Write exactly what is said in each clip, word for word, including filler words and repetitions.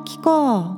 聞こう。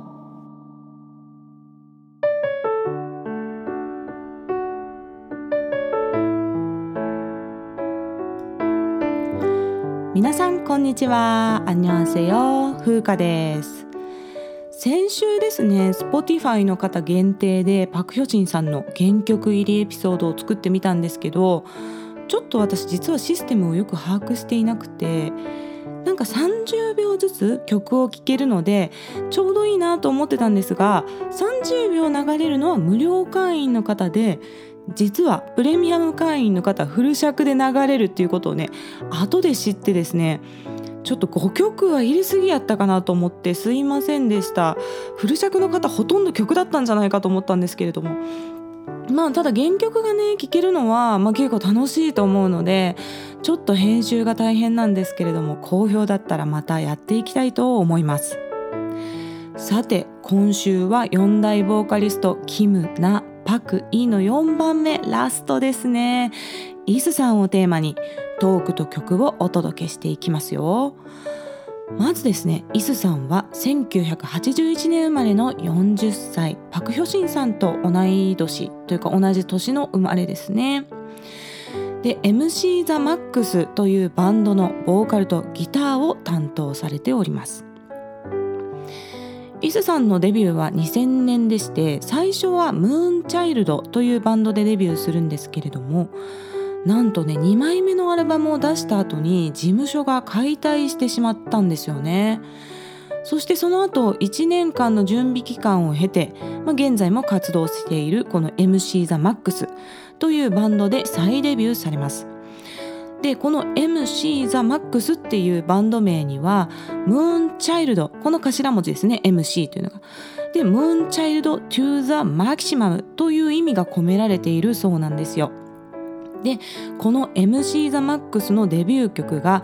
皆さんこんにちは。안녕하세요。風花です。先週ですね、Spotify の方限定でパクヒョジンさんの原曲入りエピソードを作ってみたんですけど、ちょっと私実はシステムをよく把握していなくて、なんかさんじゅうびょうずつ曲を聴けるのでちょうどいいなと思ってたんですが、さんじゅうびょう流れるのは無料会員の方で、実はプレミアム会員の方フル尺で流れるっていうことをね、後で知ってですね、ちょっとごきょくは入れすぎやったかなと思ってすいませんでした。フル尺の方ほとんど曲だったんじゃないかと思ったんですけれども、まあただ原曲がね聴けるのは、まあ、結構楽しいと思うので、ちょっと編集が大変なんですけれども、好評だったらまたやっていきたいと思います。さて今週はよん大ボーカリストキム・ナ・パク・イのよんばんめ、ラストですね。イスさんをテーマにトークと曲をお届けしていきますよ。まずですね、イスさんはせんきゅうひゃくはちじゅういちねん生まれのよんじゅっさい、パクヒョシンさんと同い年というか同じ年の生まれですね。で エムシー ザ・マックスというバンドのボーカルとギターを担当されております。イスさんのデビューはにせんねんでして、最初はムーンチャイルドというバンドでデビューするんですけれども、なんとねにまいめのアルバムを出した後に事務所が解体してしまったんですよね。そしてその後いちねんかんの準備期間を経て、まあ、現在も活動しているこの エムシー ザ・マックスというバンドで再デビューされます。でこの エムシー ザ・マックスっていうバンド名にはムーンチャイルド、この頭文字ですね、 エムシー というのがでムーンチャイルド to the maximum という意味が込められているそうなんですよ。でこの エムシー ザ・マックスのデビュー曲が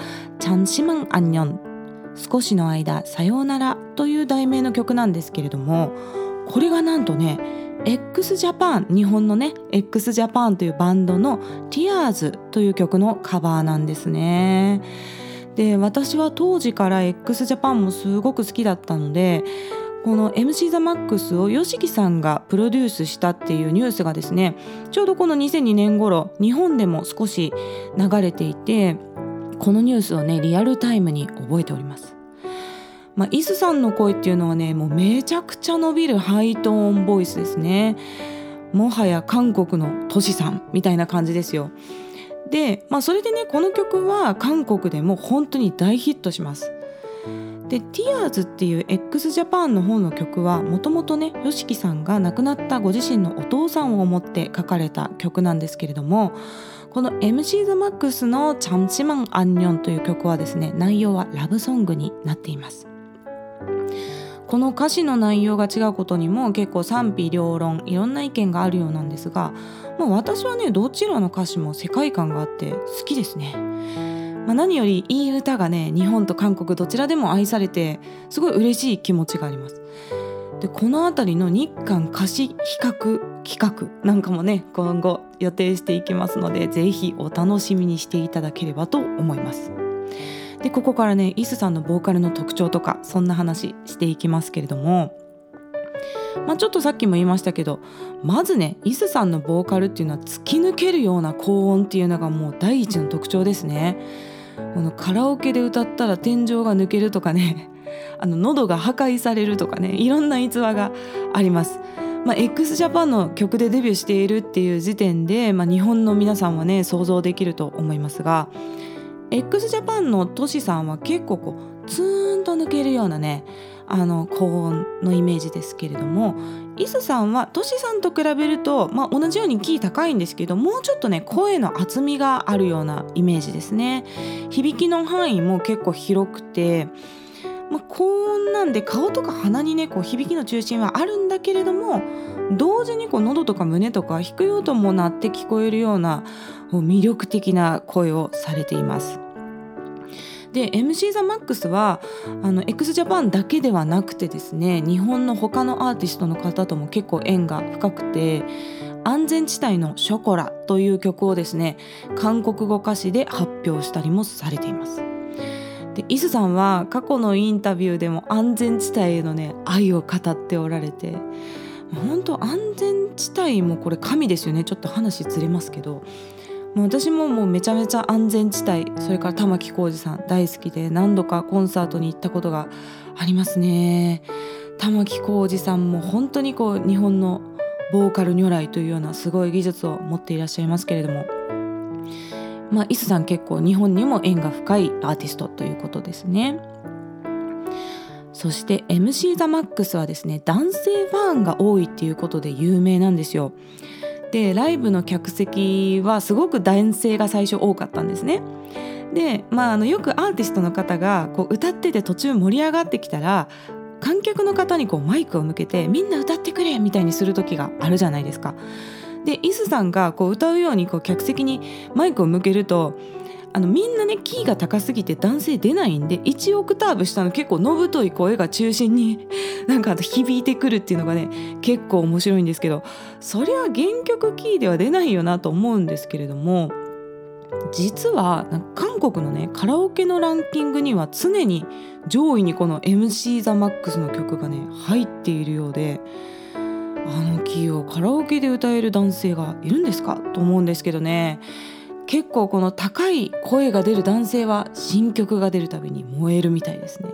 잠시만 안녕、少しの間さようならという題名の曲なんですけれども、これがなんとね x ジャパン、日本のね x ジャパンというバンドの Tears という曲のカバーなんですね。で私は当時から x ジャパンもすごく好きだったので、この エムシー ザ・マックスを ヨシキさんがプロデュースしたっていうニュースがですね、ちょうどこのにせんにねん頃日本でも少し流れていて、このニュースをねリアルタイムに覚えております。まあ、イスさんの声っていうのはね、もうめちゃくちゃ伸びるハイトーンボイスですね。もはや韓国のトシさんみたいな感じですよ。で、まあ、それでねこの曲は韓国でも本当に大ヒットします。で Tears っていう x ジャパンの方の曲はもともとね ヨシキさんが亡くなったご自身のお父さんを思って書かれた曲なんですけれども、この エムシー ザ・マックスの잠시만 안녕という曲はですね、内容はラブソングになっています。この歌詞の内容が違うことにも結構賛否両論、いろんな意見があるようなんですが、まあ、私はねどちらの歌詞も世界観があって好きですね。まあ、何よりいい歌がね日本と韓国どちらでも愛されてすごい嬉しい気持ちがあります。でこのあたりの日韓歌詞比較企画なんかもね今後予定していきますので、ぜひお楽しみにしていただければと思います。でここからねイスさんのボーカルの特徴とかそんな話していきますけれども、まあ、ちょっとさっきも言いましたけど、まずねイスさんのボーカルっていうのは突き抜けるような高音っていうのがもう第一の特徴ですね。このカラオケで歌ったら天井が抜けるとかね、あの喉が破壊されるとかね、いろんな逸話があります。まあ、x ジャパンの曲でデビューしているっていう時点で、まあ、日本の皆さんはね想像できると思いますが、 x ジャパンのトシさんは結構こうツーンと抜けるようなねあの高音のイメージですけれども、イスさんはトシさんと比べると、まあ、同じようにキー高いんですけど、もうちょっとね声の厚みがあるようなイメージですね。響きの範囲も結構広くて、まあ、高音なんで顔とか鼻にねこう響きの中心はあるんだけれども、同時にこう喉とか胸とか低い音も鳴って聞こえるような魅力的な声をされています。で エムシー ザ・マックスはあの x ジャパンだけではなくてですね、日本の他のアーティストの方とも結構縁が深くて、安全地帯のショコラという曲をですね韓国語歌詞で発表したりもされています。 でイスさんは過去のインタビューでも安全地帯へのね愛を語っておられて、本当安全地帯もこれ神ですよね。ちょっと話ずれますけど、もう私ももうめちゃめちゃ安全地帯、それから玉置浩二さん大好きで何度かコンサートに行ったことがありますね。玉置浩二さんも本当にこう日本のボーカル如来というようなすごい技術を持っていらっしゃいますけれども、まあ、イスさん結構日本にも縁が深いアーティストということですね。そして エムシー ザマックスはですね、男性ファンが多いっていうことで有名なんですよ。でライブの客席はすごく男性が最初多かったんですね。で、まあ、あのよくアーティストの方がこう歌ってて途中盛り上がってきたら観客の方にこうマイクを向けてみんな歌ってくれみたいにする時があるじゃないですか。でイスさんがこう歌うようにこう客席にマイクを向けると、あのみんなねキーが高すぎて男性出ないんでいちオクターブ下の結構のぶとい声が中心になんか響いてくるっていうのがね結構面白いんですけど、それは原曲キーでは出ないよなと思うんですけれども、実は韓国のねカラオケのランキングには常に上位にこの エムシー ザマックスの曲がね入っているようで、あのキーをカラオケで歌える男性がいるんですかと思うんですけどね。結構この高い声が出る男性は新曲が出るたびに燃えるみたいですね。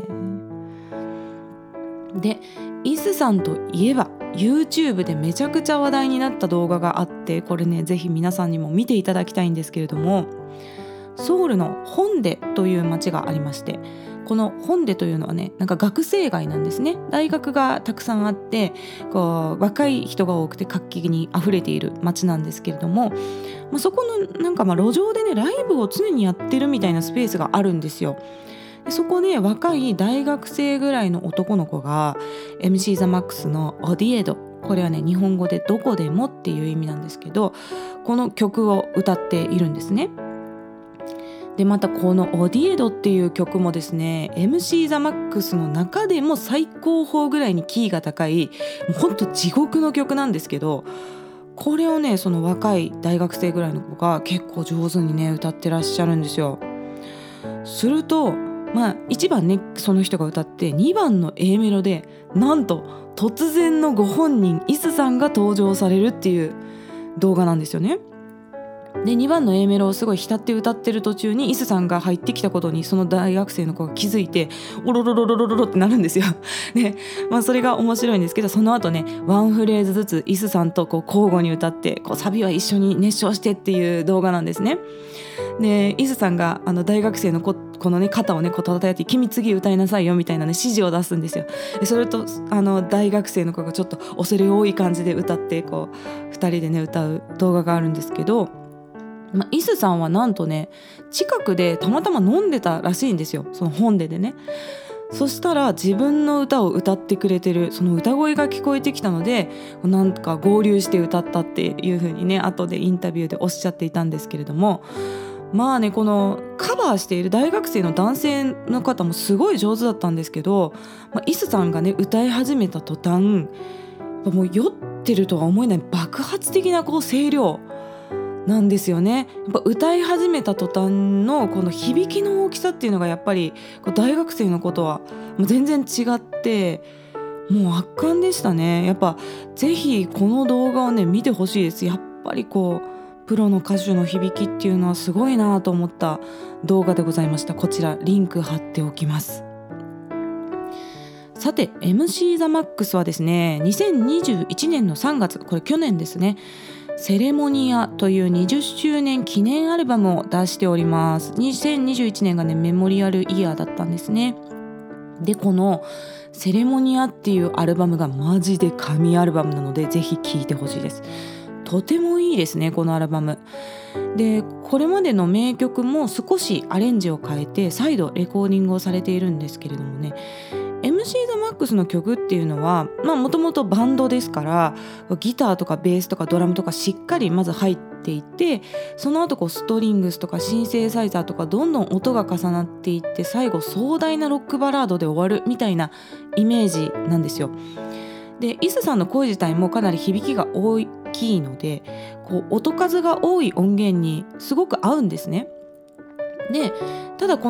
でイスさんといえば YouTube でめちゃくちゃ話題になった動画があって、これねぜひ皆さんにも見ていただきたいんですけれども、ソウルのホンデという町がありまして、このホンデというのはねなんか学生街なんですね。大学がたくさんあってこう若い人が多くて活気にあふれている町なんですけれども、まあ、そこのなんかまあ路上でねライブを常にやってるみたいなスペースがあるんですよ。でそこで若い大学生ぐらいの男の子が エムシー ザマックスのオディエド、これはね日本語でどこでもっていう意味なんですけど、この曲を歌っているんですね。でまたこのオディエドっていう曲もですね エムシー ザマックスの中でも最高峰ぐらいにキーが高い、もうほんと地獄の曲なんですけど、これをねその若い大学生ぐらいの子が結構上手にね歌ってらっしゃるんですよ。するとまあいちばんねその人が歌って、にばんの A メロでなんと突然のご本人イスさんが登場されるっていう動画なんですよね。でにばんの A メロをすごい浸って歌ってる途中にイスさんが入ってきたことにその大学生の子が気づいてオロロロロロロロってなるんですよ。で、まあ、それが面白いんですけど、その後ねワンフレーズずつイスさんとこう交互に歌ってこうサビは一緒に熱唱してっていう動画なんですね。でイスさんがあの大学生の子このね肩をねこう叩いて君次歌いなさいよみたいなね指示を出すんですよ。でそれとあの大学生の子がちょっと恐れ多い感じで歌ってこうふたりでね歌う動画があるんですけど、まあ、イスさんはなんとね近くでたまたま飲んでたらしいんですよ、その本ででね。そしたら自分の歌を歌ってくれてるその歌声が聞こえてきたので、なんか合流して歌ったっていう風にね後でインタビューでおっしゃっていたんですけれども、まあねこのカバーしている大学生の男性の方もすごい上手だったんですけど、まあ、イスさんがね歌い始めた途端もう酔ってるとは思えない爆発的なこう声量なんですよね。やっぱ歌い始めた途端のこの響きの大きさっていうのがやっぱり大学生の子とはもう全然違って、もう圧巻でしたね。やっぱぜひこの動画をね見てほしいです。やっぱりこうプロの歌手の響きっていうのはすごいなと思った動画でございました。こちらリンク貼っておきます。さて エムシー ザマックスはですねにせんにじゅういちねんのさんがつ、これ去年ですね、セレモニアというにじゅっしゅうねん記念アルバムを出しております。にせんにじゅういちねんがねメモリアルイヤーだったんですね。でこのセレモニアっていうアルバムがマジで神アルバムなのでぜひ聴いてほしいです。とてもいいですねこのアルバムで、これまでの名曲も少しアレンジを変えて再度レコーディングをされているんですけれどもね、 エムシー ザマックスの曲っていうのはもともとバンドですから、ギターとかベースとかドラムとかしっかりまず入っていて、その後こうストリングスとかシンセサイザーとかどんどん音が重なっていって、最後壮大なロックバラードで終わるみたいなイメージなんですよ。でイスさんの声自体もかなり響きが大きいので、こう音数が多い音源にすごく合うんですね。でただこの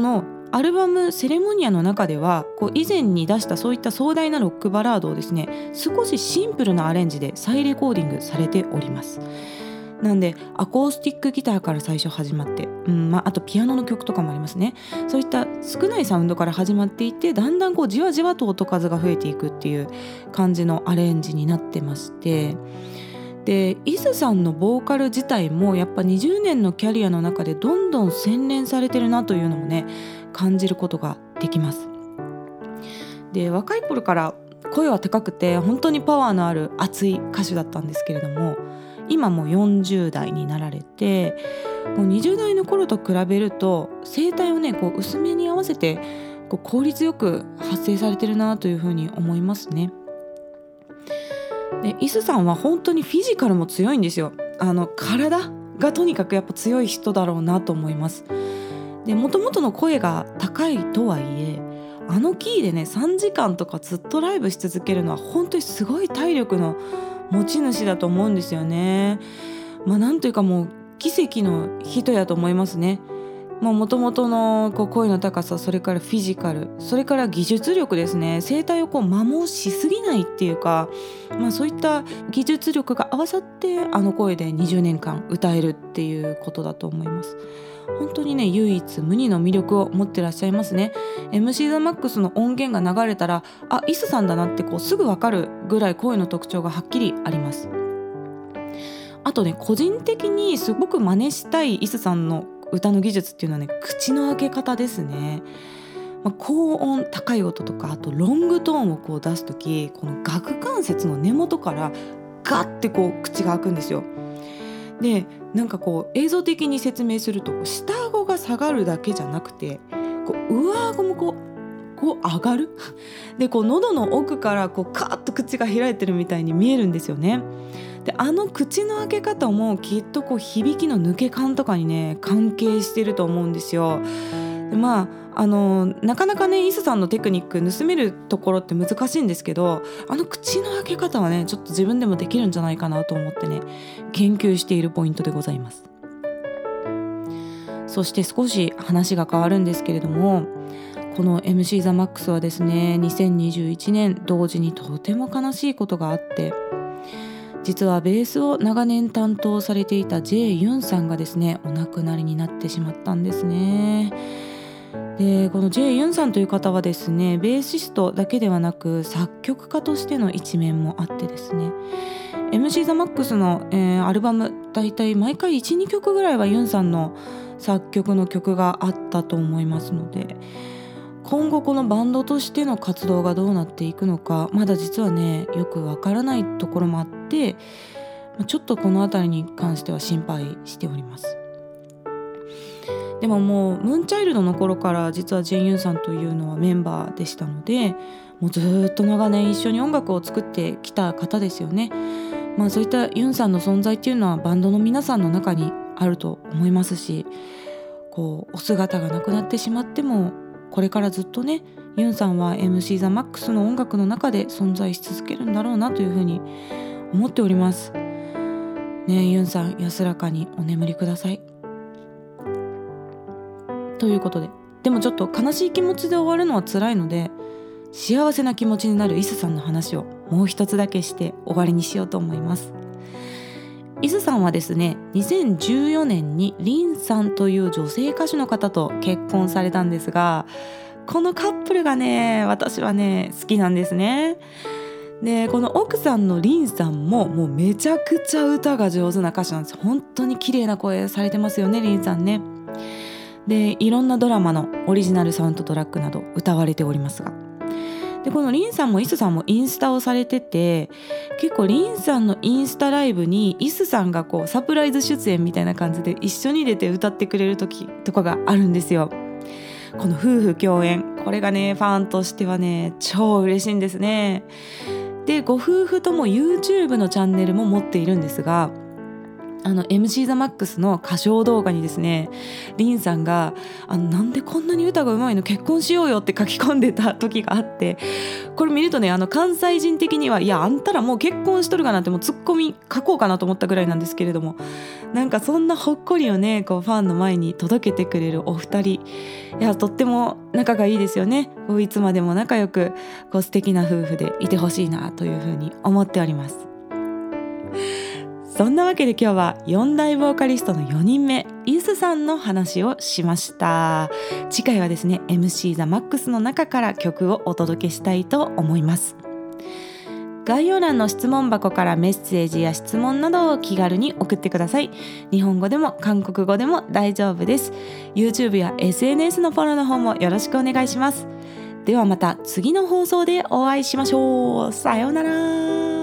アルバムセレモニアの中ではこう以前に出したそういった壮大なロックバラードをですね、少しシンプルなアレンジで再レコーディングされております。なんでアコースティックギターから最初始まって、うんまあ、あとピアノの曲とかもありますね。そういった少ないサウンドから始まっていってだんだんこうじわじわと音数が増えていくっていう感じのアレンジになってまして、でイズさんのボーカル自体もやっぱにじゅうねんのキャリアの中でどんどん洗練されてるなというのもね感じることができます。で若い頃から声は高くて本当にパワーのある熱い歌手だったんですけれども、今もよんじゅう代になられてもうにじゅう代の頃と比べると声帯をねこう薄めに合わせてこう効率よく発声されてるなというふうに思いますね。でイスさんは本当にフィジカルも強いんですよ。あの体がとにかくやっぱ強い人だろうなと思います。で元々の声が高いとはいえあのキーでねさんじかんとかずっとライブし続けるのは本当にすごい体力の持ち主だと思うんですよね。まあなんというかもう奇跡の人やと思いますね。もともとのこう声の高さ、それからフィジカル、それから技術力ですね。声帯をこう摩耗しすぎないっていうか、まあ、そういった技術力が合わさってあの声でにじゅうねんかん歌えるっていうことだと思います。本当にね唯一無二の魅力を持ってらっしゃいますね。 エムシー ザマックスの音源が流れたらあイスさんだなってこうすぐ分かるぐらい声の特徴がはっきりあります。あとね個人的にすごく真似したいイスさんの歌の技術っていうのはね口の開け方ですね。まあ、高音高い音とかあとロングトーンをこう出すときこの顎関節の根元からガッてこう口が開くんですよ。でなんかこう映像的に説明すると下顎が下がるだけじゃなくてこう上顎もこうこう上がるでこう喉の奥からこうカーッと口が開いてるみたいに見えるんですよね。であの口の開け方もきっとこう響きの抜け感とかにね関係してると思うんですよ。でまああのなかなかねイスさんのテクニック盗めるところって難しいんですけど、あの口の開け方はねちょっと自分でもできるんじゃないかなと思ってね研究しているポイントでございます。そして少し話が変わるんですけれども、この エムシー ザマックスはですねにせんにじゅういちねん同時にとても悲しいことがあって、実はベースを長年担当されていた ジェイ ユンさんがですねお亡くなりになってしまったんですね。でこの ジェイ ユンさんという方はですねベーシストだけではなく作曲家としての一面もあってですね エムシー ザマックスの、えー、アルバムだいたい毎回 いち,に 曲ぐらいはユンさんの作曲の曲があったと思いますので、今後このバンドとしての活動がどうなっていくのかまだ実はねよくわからないところもあって、ちょっとこのあたりに関しては心配しております。でももうムーンチャイルドの頃から実はジェイ・ユンさんというのはメンバーでしたので、もうずっと長年一緒に音楽を作ってきた方ですよね。まあそういったユンさんの存在っていうのはバンドの皆さんの中にあると思いますし、こうお姿がなくなってしまってもこれからずっとねユンさんは エムシー ザマックスの音楽の中で存在し続けるんだろうなというふうに思っておりますね。ユンさん安らかにお眠りくださいということで、でもちょっと悲しい気持ちで終わるのは辛いので幸せな気持ちになるイスさんの話をもう一つだけして終わりにしようと思います。イスさんはですねにせんじゅうよねんにリンさんという女性歌手の方と結婚されたんですが、このカップルがね私はね好きなんですね。でこの奥さんのリンさんももうめちゃくちゃ歌が上手な歌手なんです。本当に綺麗な声されてますよねリンさんね。でいろんなドラマのオリジナルサウンドトラックなど歌われておりますが、でこのリンさんもイスさんもインスタをされてて、結構リンさんのインスタライブにイスさんがこうサプライズ出演みたいな感じで一緒に出て歌ってくれる時とかがあるんですよ。この夫婦共演、これがねファンとしてはね超嬉しいんですね。でご夫婦とも YouTube のチャンネルも持っているんですが、あの エムシー ザマックスの歌唱動画にですねリンさんがあのなんでこんなに歌が上手いの結婚しようよって書き込んでた時があって、これ見るとねあの関西人的にはいやあんたらもう結婚しとるかなってもうツッコミ書こうかなと思ったぐらいなんですけれども、 なんかそんなほっこりをねこうファンの前に届けてくれるお二人、いやとっても仲がいいですよね。こういつまでも仲良くこう素敵な夫婦でいてほしいなというふうに思っております。そんなわけで今日はよん代ボーカリストのよにんめゆずさんの話をしました。次回はですね エムシー ザマックスの中から曲をお届けしたいと思います。概要欄の質問箱からメッセージや質問などを気軽に送ってください。日本語でも韓国語でも大丈夫です。 YouTube や エスエヌエス のフォローの方もよろしくお願いします。ではまた次の放送でお会いしましょう。さようなら。